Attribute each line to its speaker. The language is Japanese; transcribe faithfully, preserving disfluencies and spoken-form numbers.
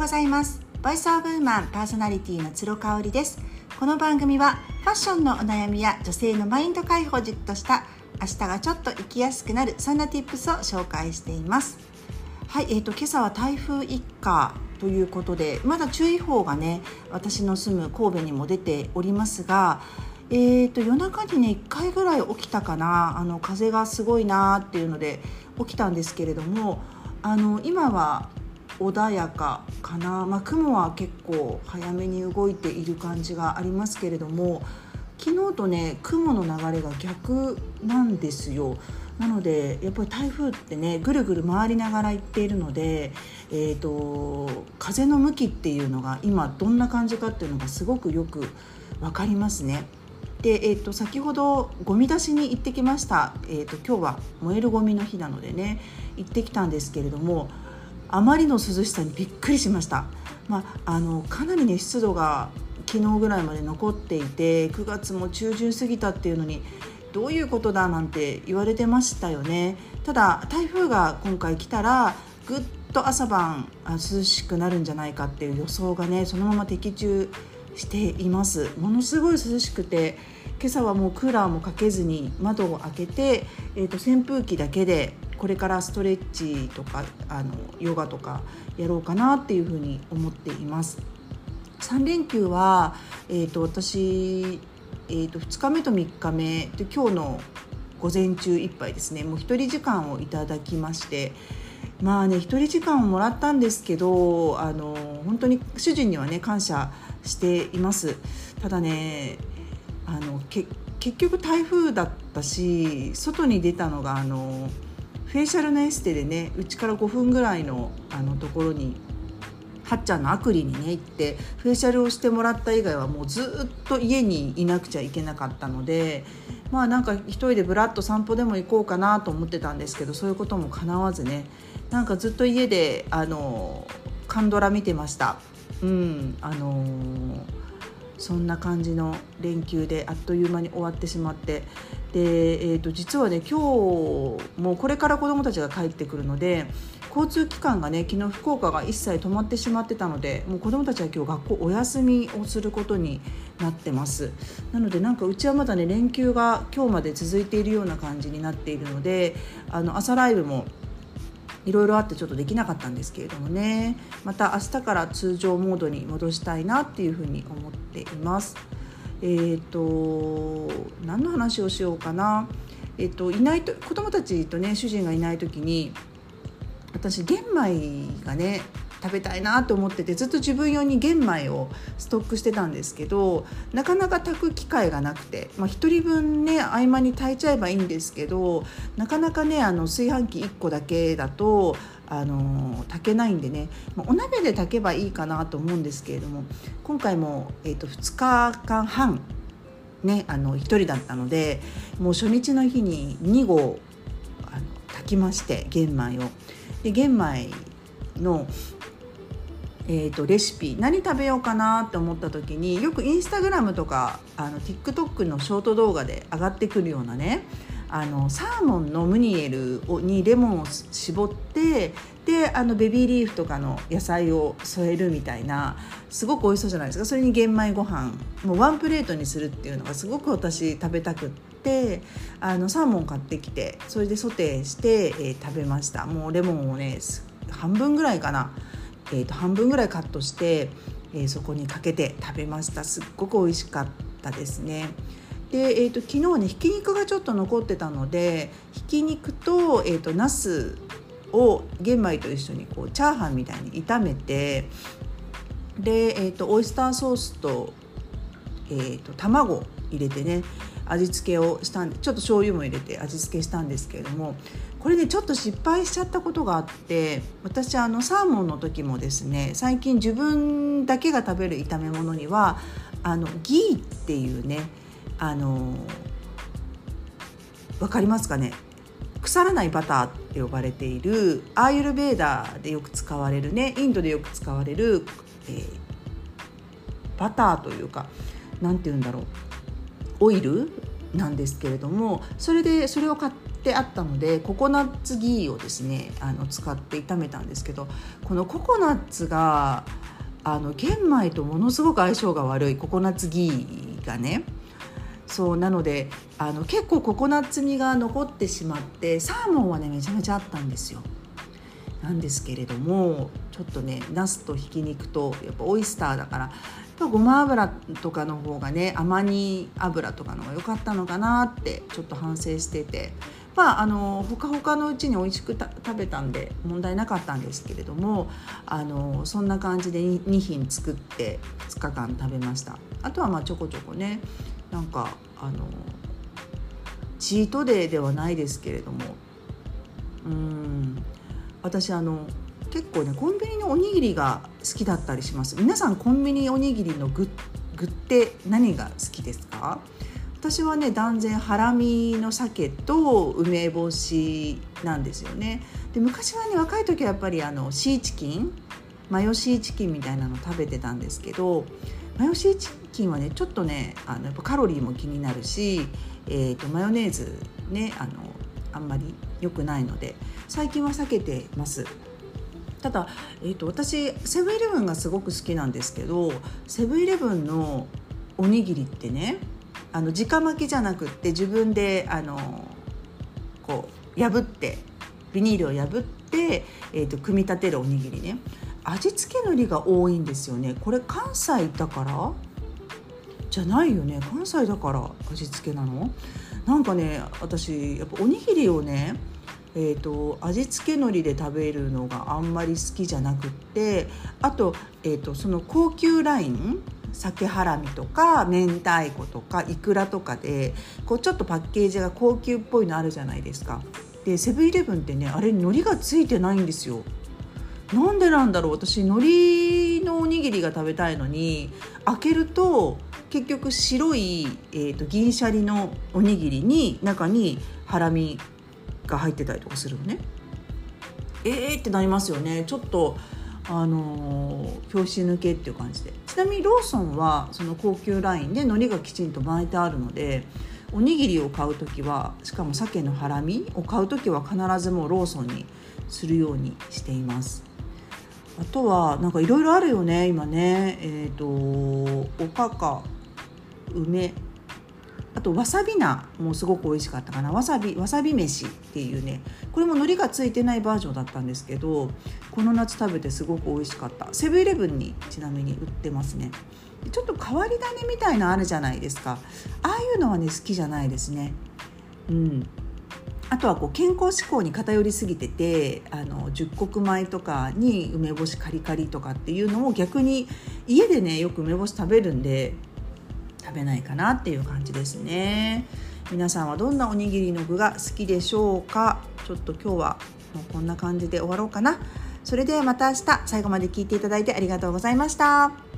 Speaker 1: ございます。ボイスオブウーマンパーソナリティの鶴香織です。この番組はファッションのお悩みや女性のマインド解放を軸とした明日がちょっと生きやすくなるそんな Tips を紹介しています。はい、えーと、今朝は台風一過ということで、まだ注意報がね、私の住む神戸にも出ておりますが、えーと、夜中にねいっかいぐらい起きたかな、あの風がすごいなっていうので起きたんですけれども、あの今は穏やかかな、まあ、雲は結構早めに動いている感じがありますけれども、昨日とね雲の流れが逆なんですよ。なのでやっぱり台風ってねぐるぐる回りながら行っているので、えーと、風の向きっていうのが今どんな感じかっていうのがすごくよく分かりますね。で、えーと、先ほどゴミ出しに行ってきました。えーと、今日は燃えるゴミの日なのでね行ってきたんですけれども、あまりの涼しさにびっくりしました。まあ、あのかなりね湿度が昨日ぐらいまで残っていて、くがつも中旬過ぎたっていうのにどういうことだなんて言われてましたよね。ただ台風が今回来たらぐっと朝晩涼しくなるんじゃないかっていう予想がねそのまま的中しています。ものすごい涼しくて、今朝はもうクーラーもかけずに窓を開けて、えーと、扇風機だけでこれからストレッチとかあのヨガとかやろうかなっていうふうに思っています。さん連休は、えーと、私、えーと、ふつかめとみっかめで今日の午前中いっぱいですね、もう一人時間をいただきまして、まあね一人時間をもらったんですけど、あの本当に主人にはね感謝しています。ただねあのけ結局台風だったし、外に出たのがあのフェイシャルのエステでね、うちからごふんぐらい の, あのところにはっちゃんのアクリにね行ってフェイシャルをしてもらった以外はもうずっと家にいなくちゃいけなかったので、まあなんか一人でブラッと散歩でも行こうかなと思ってたんですけど、そういうことも叶わずね、なんかずっと家であのカンドラ見てました。うんあのーそんな感じの連休であっという間に終わってしまって、で、えーと、実はね今日もこれから子どもたちが帰ってくるので、交通機関がね昨日福岡が一切止まってしまってたので、もう子どもたちは今日学校お休みをすることになってます。なのでなんかうちはまだね連休が今日まで続いているような感じになっているので、あの朝ライブもいろいろあってちょっとできなかったんですけれどもね、また明日から通常モードに戻したいなっていうふうに思っています。えーと何の話をしようかな。えーといないと子供たちとね主人がいない時に、私玄米がね食べたいなと思ってて、ずっと自分用に玄米をストックしてたんですけど、なかなか炊く機会がなくて、まあ、ひとりぶんね合間に炊いちゃえばいいんですけど、なかなかねあの炊飯器いっこだけだとあの炊けないんでね、お鍋で炊けばいいかなと思うんですけれども、今回も、えーと、ふつかかんはんねあのひとりだったので、もう初日の日にに合あの炊きまして、玄米をで玄米のえー、とレシピ何食べようかなって思った時に、よくインスタグラムとかあの TikTok のショート動画で上がってくるようなね、あのサーモンのムニエルにレモンを絞って、であのベビーリーフとかの野菜を添えるみたいな、すごく美味しそうじゃないですか。それに玄米ご飯もうワンプレートにするっていうのがすごく私食べたくって、あのサーモン買ってきてそれでソテーして、えー、食べました。もうレモンをね半分ぐらいかな、えー、と半分ぐらいカットして、えー、そこにかけて食べました。すっごく美味しかったですね。で、えー、と昨日はねひき肉がちょっと残ってたので、ひき肉と、えー、とナスを玄米と一緒にこうチャーハンみたいに炒めて、で、えー、とオイスターソースと、えー、と卵入れてね味付けをしたんで、ちょっと醤油も入れて味付けしたんですけれども、これねちょっと失敗しちゃったことがあって、私あのサーモンの時もですね、最近自分だけが食べる炒め物にはあのギーっていうね、あのわかりますかね、腐らないバターって呼ばれているアーユルベーダーでよく使われるね、インドでよく使われる、えー、バターというかなんていうんだろうオイルなんですけれども、それでそれを買っってあったのでココナッツギーをですねあの使って炒めたんですけど、このココナッツがあの玄米とものすごく相性が悪い、ココナッツギーがね。そうなのであの結構ココナッツ味が残ってしまって、サーモンはねめちゃめちゃあったんですよ。なんですけれども、ちょっとねナスとひき肉とやっぱオイスターだから、やっぱごま油とかの方がね、甘煮油とかの方が良かったのかなってちょっと反省してて、まああのほかほかのうちに美味しくた食べたんで問題なかったんですけれども、あのそんな感じで に, に品作ってふつかかん食べました。あとはまあちょこちょこね、なんかあのチートデーではないですけれども、うーん私あの結構ねコンビニのおにぎりが好きだったりします。皆さんコンビニおにぎりの具、具って何が好きですか？私はね断然ハラミの鮭と梅干しなんですよね。で昔はね若い時はやっぱりあのシーチキン、マヨシーチキンみたいなの食べてたんですけど、マヨシーチキンはねちょっとねあのやっぱカロリーも気になるし、えーと、マヨネーズねあのあんまり良くないので最近は避けてます。ただ、えーと、私セブンイレブンがすごく好きなんですけど、セブンイレブンのおにぎりってね、あの直巻きじゃなくって自分であのこう破ってビニールを破って、えーと、組み立てるおにぎりね、味付け海苔が多いんですよね。これ関西だからじゃないよね。関西だから味付けなの？なんかね私やっぱおにぎりをね、えーと、味付け海苔で食べるのがあんまり好きじゃなくって、あと、えーと、その高級ライン鮭ハラミとか明太子とかイクラとかでこうちょっとパッケージが高級っぽいのあるじゃないですか。でセブンイレブンってねあれ海苔がついてないんですよ。なんでなんだろう。私海苔のおにぎりが食べたいのに開けると結局白い、えーと、銀シャリのおにぎりに中にハラミが入ってたりとかするのね。えーってなりますよね。ちょっとあのー、拍子抜けっていう感じで。ちなみにローソンはその高級ラインで海苔がきちんと巻いてあるので、おにぎりを買うときは、しかも鮭のハラミを買うときは必ずもうローソンにするようにしています。あとはなんかいろいろあるよね今ね。えっとおかか、梅、あとわさび菜もすごく美味しかったかな。わさびわさび飯っていうね、これも海苔がついてないバージョンだったんですけど、この夏食べてすごく美味しかった。セブンイレブンにちなみに売ってますね。ちょっと変わり種みたいなのあるじゃないですか。ああいうのはね好きじゃないですね。うん。あとはこう健康志向に偏りすぎてて、あの十穀米とかに梅干しカリカリとかっていうのを逆に家でねよく梅干し食べるんで食べないかなっていう感じですね。皆さんはどんなおにぎりの具が好きでしょうか？ちょっと今日はもうこんな感じで終わろうかな。それではまた明日、最後まで聞いていただいてありがとうございました。